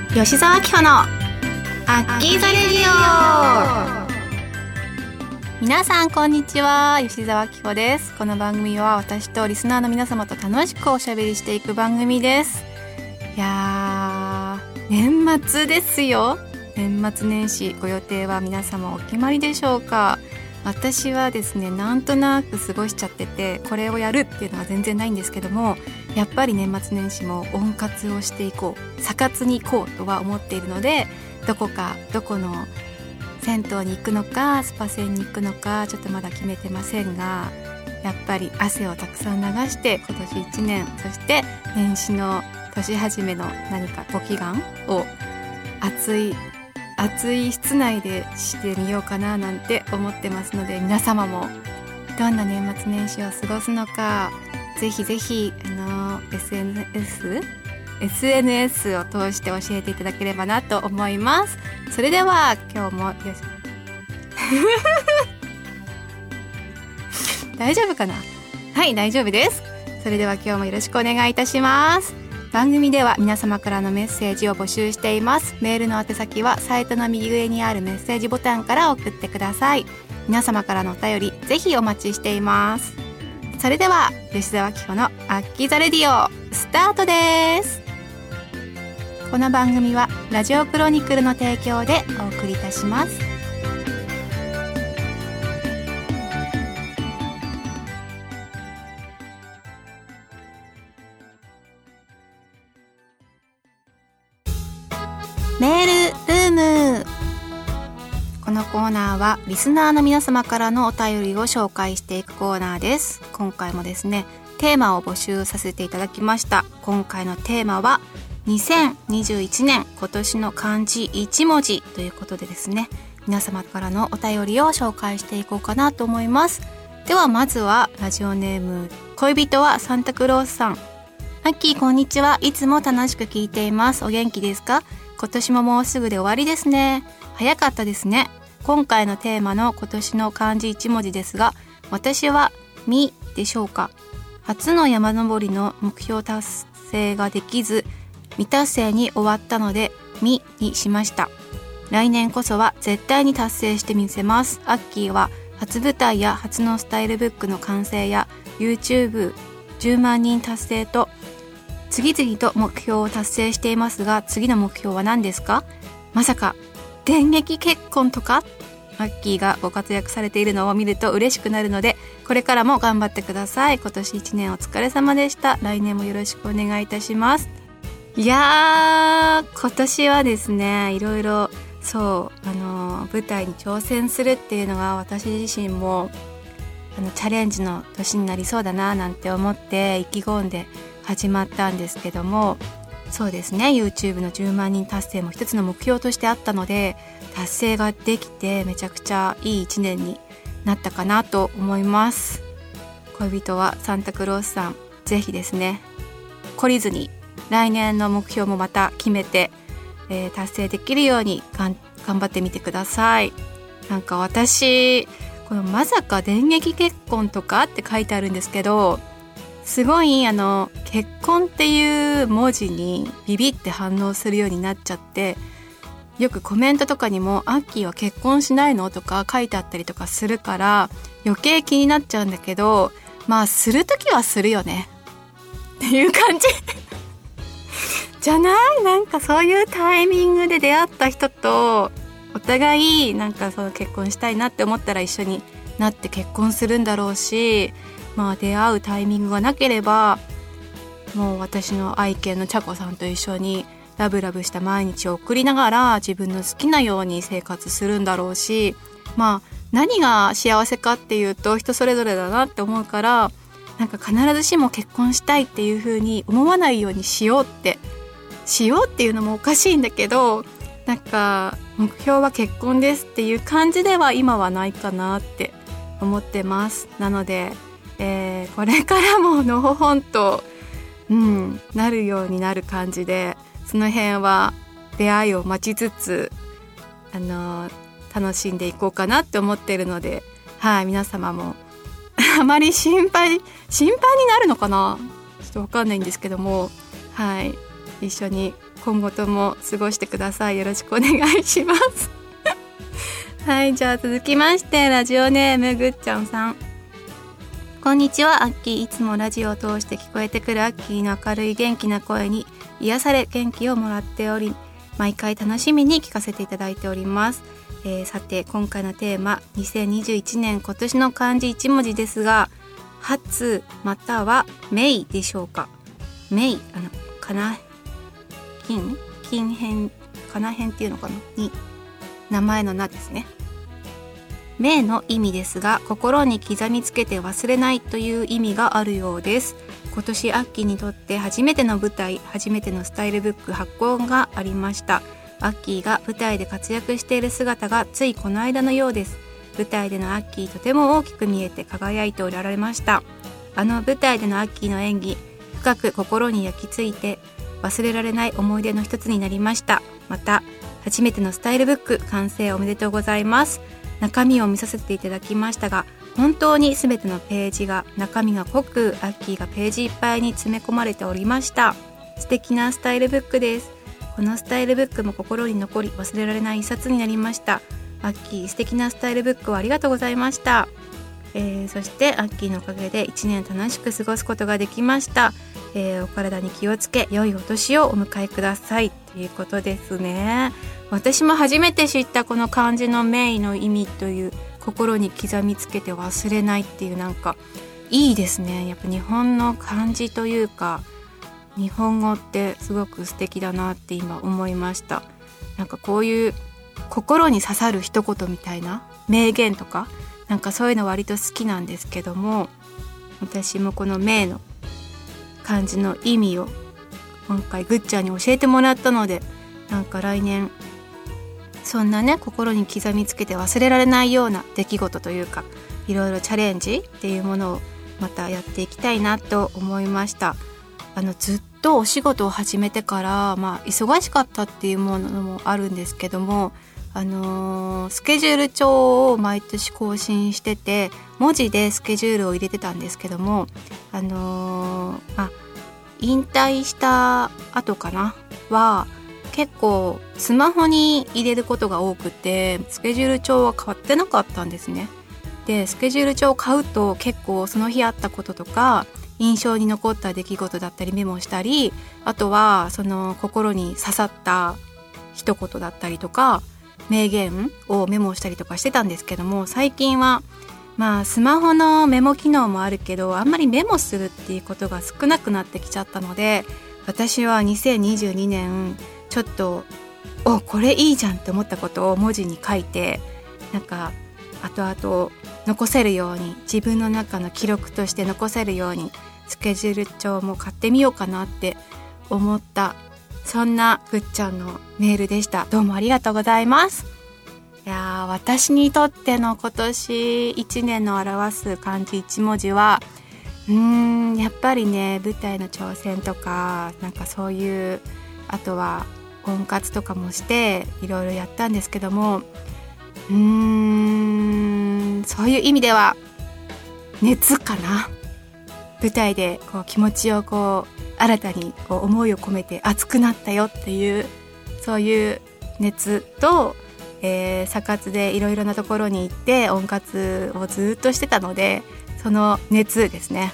吉澤明穂のアッキーザレディオ。皆さんこんにちは、吉澤明穂です。この番組は私とリスナーの皆様と楽しくおしゃべりしていく番組です。いやー、年末ですよ。年末年始ご予定は皆様お決まりでしょうか。私はですね、なんとなく過ごしちゃってて、これをやるっていうのは全然ないんですけども、やっぱり年末年始も温活をしていこう、サ活に行こうとは思っているので、どこの銭湯に行くのかスパ船に行くのかちょっとまだ決めてませんが、やっぱり汗をたくさん流して今年1年、そして年始の年始めの何かご祈願を暑い室内でしてみようかななんて思ってますので、皆様もどんな年末年始を過ごすのか、ぜひぜひSNS を通して教えていただければなと思います。それでは今日も大丈夫かな。はい、大丈夫です。それでは今日もよろしくお願いいたします。番組では皆様からのメッセージを募集しています。メールの宛先はサイトの右上にあるメッセージボタンから送ってください。皆様からのお便りぜひお待ちしています。それでは吉澤明穂のアッキーザレディオスタートです。この番組はラジオクロニクルの提供でお送りいたします。メールルーム。このコーナーはリスナーの皆様からのお便りを紹介していくコーナーです。今回もですね、テーマを募集させていただきました。今回のテーマは2021年今年の漢字1文字ということでですね、皆様からのお便りを紹介していこうかなと思います。ではまずはラジオネーム恋人はサンタクロースさん。アッキーこんにちは。いつも楽しく聞いています。お元気ですか？今年ももうすぐで終わりですね。早かったですね。今回のテーマの今年の漢字1文字ですが、私はみでしょうか。初の山登りの目標達成ができず未達成に終わったのでみにしました。来年こそは絶対に達成してみせます。アッキーは初舞台や初のスタイルブックの完成や YouTube10 万人達成と次々と目標を達成していますが、次の目標は何ですか？まさか電撃結婚とか？アッキーがご活躍されているのを見ると嬉しくなるので、これからも頑張ってください。今年1年お疲れ様でした。来年もよろしくお願いいたします。いやー、今年はですね、いろいろ舞台に挑戦するっていうのが私自身もチャレンジの年になりそうだななんて思って意気込んで始まったんですけども、そうですね、 YouTube の10万人達成も一つの目標としてあったので、達成ができてめちゃくちゃいい1年になったかなと思います。恋人はサンタクロースさん、ぜひですね、懲りずに来年の目標もまた決めて、達成できるように頑張ってみてください。なんか私このまさか電撃結婚とかって書いてあるんですけど、すごい結婚っていう文字にビビって反応するようになっちゃって、よくコメントとかにもアッキーは結婚しないのとか書いてあったりとかするから余計気になっちゃうんだけど、まあするときはするよねっていう感じじゃない？なんかそういうタイミングで出会った人とお互いなんか結婚したいなって思ったら一緒になって結婚するんだろうし、まあ出会うタイミングがなければもう私の愛犬のチャコさんと一緒にラブラブした毎日を送りながら自分の好きなように生活するんだろうし、まあ何が幸せかっていうと人それぞれだなって思うから、なんか必ずしも結婚したいっていう風に思わないようにしようっていうのもおかしいんだけど、なんか目標は結婚ですっていう感じでは今はないかなって思ってます。なので、これからものほほんと、なるようになる感じで、その辺は出会いを待ちつつ楽しんでいこうかなって思っているので、はい、皆様もあまり心配になるのかな、ちょっと分かんないんですけども、はい、一緒に今後とも過ごしてください。よろしくお願いしますはい、じゃあ続きましてラジオネームぐっちゃんさん。こんにちは、アッキー。いつもラジオを通して聞こえてくるアッキーの明るい元気な声に癒され元気をもらっており、毎回楽しみに聞かせていただいております。さて今回のテーマ、2021年今年の漢字1文字ですが、初または名でしょうか。名、かな金編かな編っていうのかなに名前の名ですね。名の意味ですが、心に刻みつけて忘れないという意味があるようです。今年アッキーにとって初めての舞台、初めてのスタイルブック発行がありました。アッキーが舞台で活躍している姿がついこの間のようです。舞台でのアッキー、とても大きく見えて輝いておられました。舞台でのアッキーの演技、深く心に焼き付いて忘れられない思い出の一つになりました。また初めてのスタイルブック完成おめでとうございます。中身を見させていただきましたが、本当に全てのページが中身が濃く、アッキーがページいっぱいに詰め込まれておりました。素敵なスタイルブックです。このスタイルブックも心に残り忘れられない一冊になりました。アッキー、素敵なスタイルブックをありがとうございました。そしてアッキーのおかげで1年楽しく過ごすことができました。お体に気をつけ良いお年をお迎えくださいということですね。私も初めて知ったこの漢字の名の意味という、心に刻みつけて忘れないっていう、なんかいいですね。やっぱ日本の漢字というか日本語ってすごく素敵だなって今思いました。なんかこういう心に刺さる一言みたいな名言とか、なんかそういうの割と好きなんですけども、私もこの名の漢字の意味を今回ぐっちゃんに教えてもらったので、なんか来年そんなね、心に刻みつけて忘れられないような出来事というか、いろいろチャレンジっていうものをまたやっていきたいなと思いました。ずっとお仕事を始めてから、忙しかったっていうものもあるんですけども、スケジュール帳を毎年更新してて、文字でスケジュールを入れてたんですけども、引退した後かなは結構スマホに入れることが多くて、スケジュール帳は買ってなかったんですね。でスケジュール帳を買うと結構その日あったこととか印象に残った出来事だったりメモしたり、あとはその心に刺さった一言だったりとか名言をメモしたりとかしてたんですけども、最近はスマホのメモ機能もあるけど、あんまりメモするっていうことが少なくなってきちゃったので、私は2022年ちょっとこれいいじゃんって思ったことを文字に書いて、なんか後々残せるように、自分の中の記録として残せるようにスケジュール帳も買ってみようかなって思った、そんなぐっちゃんのメールでした。どうもありがとうございます。いや私にとっての今年1年の表す漢字1文字はやっぱりね、舞台の挑戦とか、なんかそういう、あとは婚活とかもしていろいろやったんですけども、そういう意味では熱かな。舞台でこう気持ちをこう新たにこう思いを込めて熱くなったよっていう、そういう熱と、サ活でいろいろなところに行って音活をずっとしてたので、その熱ですね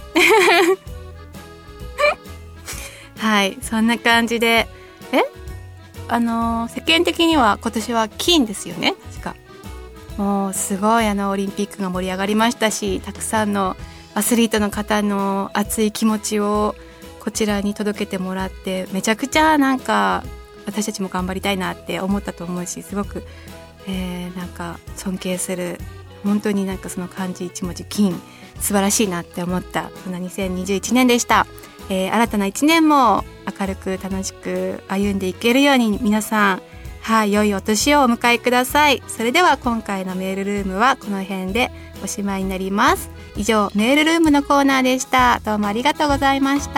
はい、そんな感じで世間的には今年は金ですよね。確かもうすごいオリンピックが盛り上がりましたし、たくさんのアスリートの方の熱い気持ちをこちらに届けてもらって、めちゃくちゃなんか私たちも頑張りたいなって思ったと思うし、すごく、なんか尊敬する、本当になんかその漢字一文字金素晴らしいなって思った、そんな2021年でした。新たな1年も明るく楽しく歩んでいけるように皆さん、良いお年をお迎えください。それでは今回のメールルームはこの辺でおしまいになります。以上、メールルームのコーナーでした。どうもありがとうございました。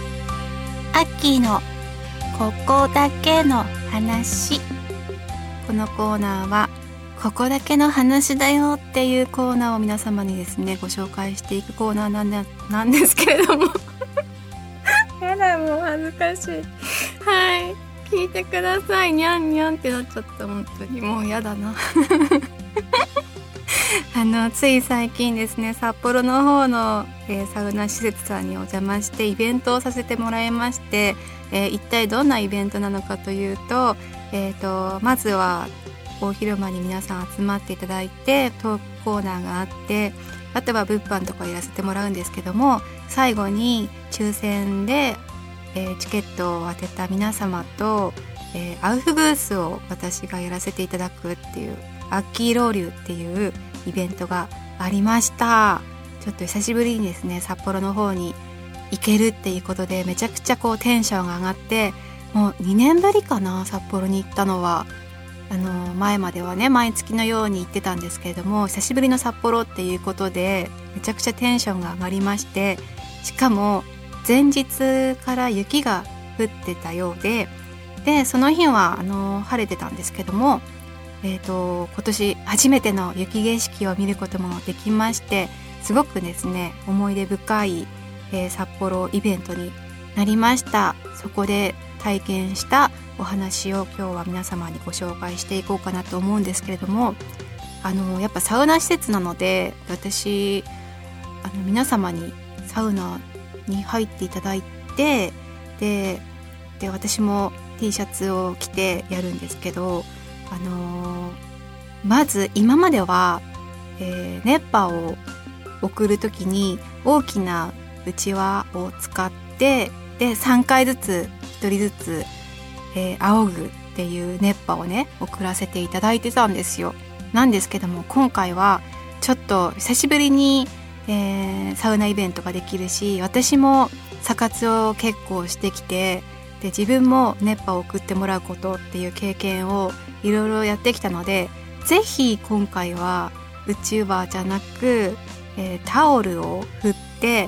アッキーのここだけの話。こののコーナーはここだけの話だよっていうコーナーを皆様にですねご紹介していくコーナーなんですけれどもやだ、もう恥ずかしい。はい、聞いてください。にゃんにゃんってなっちゃった。本当にもうやだなつい最近ですね、札幌の方の、サウナ施設さんにお邪魔してイベントをさせてもらいまして、一体どんなイベントなのかというと、まずは大広間に皆さん集まっていただいてトークコーナーがあって、あとは物販とかやらせてもらうんですけども、最後に抽選で、チケットを当てた皆様と、アウフブースを私がやらせていただくっていうアッキーロウリュっていうイベントがありました。ちょっと久しぶりにですね札幌の方に行けるっていうことでめちゃくちゃこうテンションが上がって、もう2年ぶりかな札幌に行ったのは。前まではね毎月のように行ってたんですけれども、久しぶりの札幌っていうことでめちゃくちゃテンションが上がりまして、しかも前日から雪が降ってたようで、その日は晴れてたんですけども、今年初めての雪景色を見ることもできまして、すごくですね思い出深い、札幌イベントになりました。そこで体験したお話を今日は皆様にご紹介していこうかなと思うんですけれども、やっぱサウナ施設なので私皆様にサウナに入っていただいて、で私も T シャツを着てやるんですけど、まず今までは、熱波を送るときに大きなうちわを使ってで3回ずつ1人ずつ、仰ぐっていう熱波をね送らせていただいてたんですよ。なんですけども今回はちょっと久しぶりに、サウナイベントができるし、私もサ活を結構してきて、で自分も熱波を送ってもらうことっていう経験をいろいろやってきたので、ぜひ今回はうちわじゃなく、タオルを振って、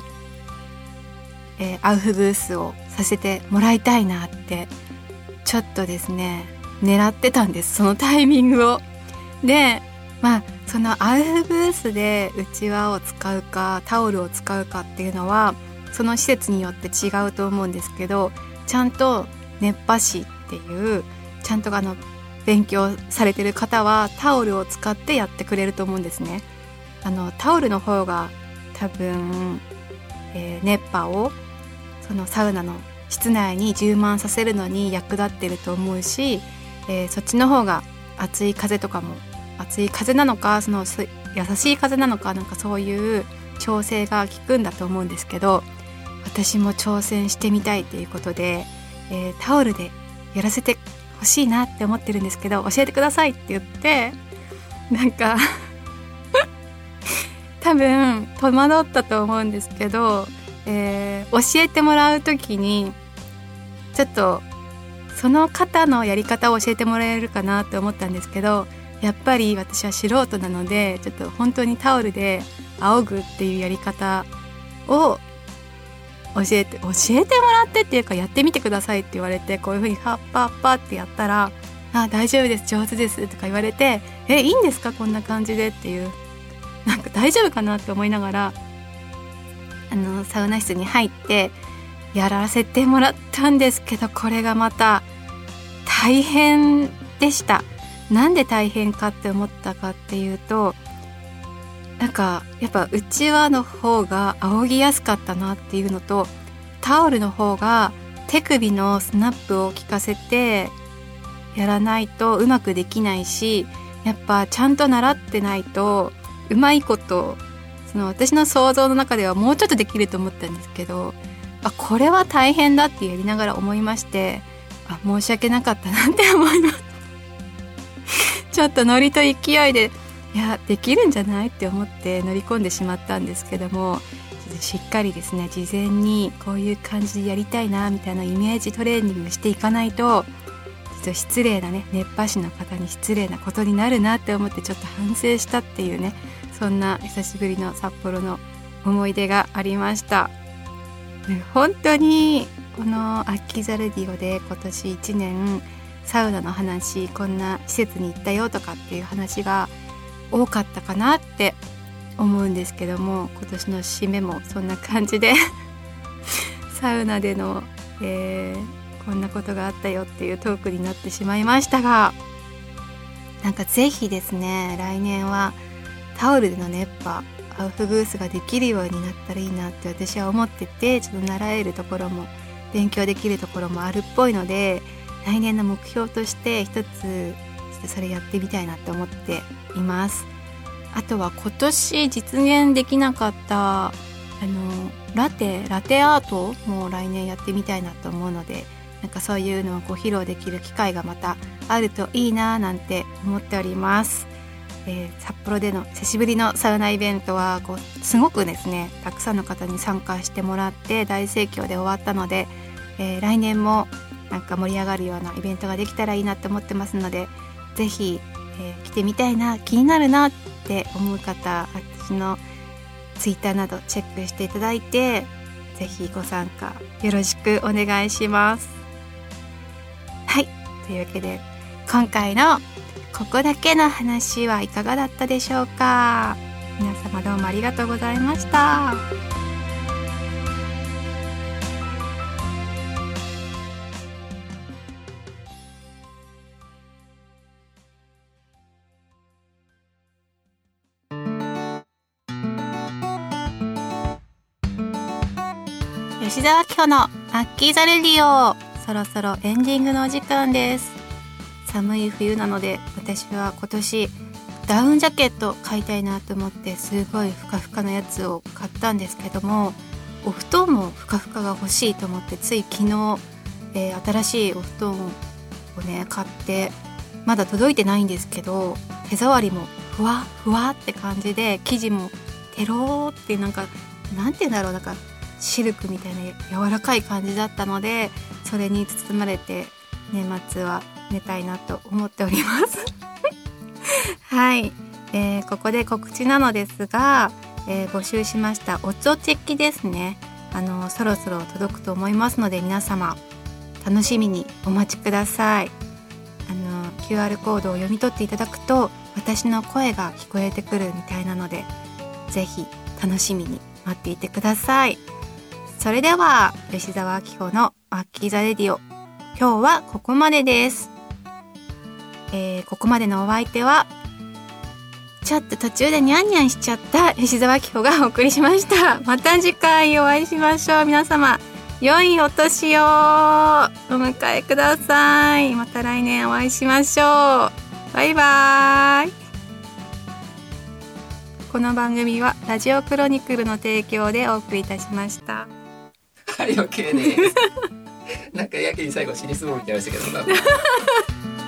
アウフブースをさせてもらいたいなってちょっとですね狙ってたんです、そのタイミングを。でそのアウフブースでうちわを使うかタオルを使うかっていうのはその施設によって違うと思うんですけど、ちゃんと熱波師っていうちゃんと勉強されてる方はタオルを使ってやってくれると思うんですね。タオルの方が多分、熱波をそのサウナの室内に充満させるのに役立ってると思うし、そっちの方が熱い風とかも熱い風なのか優しい風なのかなんかそういう調整が効くんだと思うんですけど、私も挑戦してみたいということで、タオルでやらせてほしいなって思ってるんですけど教えてくださいって言ってなんか多分戸惑ったと思うんですけど、教えてもらう時にちょっとその方のやり方を教えてもらえるかなって思ったんですけど、やっぱり私は素人なのでちょっと本当にタオルで仰ぐっていうやり方を教えてもらってっていうかやってみてくださいって言われて、こういう風にパッパッパってやったら大丈夫です上手ですとか言われて、いいんですかこんな感じでっていう、なんか大丈夫かなって思いながらサウナ室に入ってやらせてもらったんですけど、これがまた大変でした。なんで大変かって思ったかっていうと、なんかやっぱうちわの方が仰ぎやすかったなっていうのと、タオルの方が手首のスナップを効かせてやらないとうまくできないし、やっぱちゃんと習ってないとうまいこと私の想像の中ではもうちょっとできると思ったんですけど、これは大変だってやりながら思いまして、申し訳なかったなって思いますちょっとノリと勢いでできるんじゃないって思って乗り込んでしまったんですけども、しっかりですね事前にこういう感じでやりたいなみたいなイメージトレーニングしていかないと失礼なね熱波師の方に失礼なことになるなって思ってちょっと反省したっていうね、そんな久しぶりの札幌の思い出がありました。本当にこのアッキーザレディオで今年1年サウナの話、こんな施設に行ったよとかっていう話が多かったかなって思うんですけども、今年の締めもそんな感じでサウナでの、こんなことがあったよっていうトークになってしまいましたが、なんかぜひですね、来年はタオルでの熱波アウフグースができるようになったらいいなって私は思ってて、ちょっと習えるところも勉強できるところもあるっぽいので、来年の目標として一つそれやってみたいなって思っています。あとは今年実現できなかったラテアートも来年やってみたいなと思うので、なんかそういうのを披露できる機会がまたあるといいななんて思っております。札幌での久しぶりのサウナイベントはすごくですね、たくさんの方に参加してもらって大盛況で終わったので、来年もなんか盛り上がるようなイベントができたらいいなって思ってますので、ぜひ、来てみたいな、気になるなって思う方、私のツイッターなどチェックしていただいて、ぜひご参加よろしくお願いします。はい、というわけで今回のここだけの話はいかがだったでしょうか。皆様どうもありがとうございました。吉澤明穂のアッキーザレディオ、そろそろエンディングのお時間です。寒い冬なので、私は今年ダウンジャケット買いたいなと思って、すごいふかふかなやつを買ったんですけども、お布団もふかふかが欲しいと思って、つい昨日、新しいお布団をね買って、まだ届いてないんですけど、手触りもふわふわって感じで、生地もテローって、なんていうんだろう、なんかシルクみたいな柔らかい感じだったので、それに包まれて年末は寝たいなと思っておりますはい、ここで告知なのですが、募集しましたおちょチェキですね、そろそろ届くと思いますので、皆様楽しみにお待ちください。QR コードを読み取っていただくと私の声が聞こえてくるみたいなので、ぜひ楽しみに待っていてください。それでは吉澤明穂のアッキーザレディオ、今日はここまでです。ここまでのお相手はちょっと途中でニャンニャンしちゃった吉澤明穂がお送りしました。また次回お会いしましょう。皆様良いお年をお迎えください。また来年お会いしましょう。バイバイ。この番組はラジオクロニクルの提供でお送りいたしました。 はい、OK です。なんかやけに最後尻相撲みたいなしたけど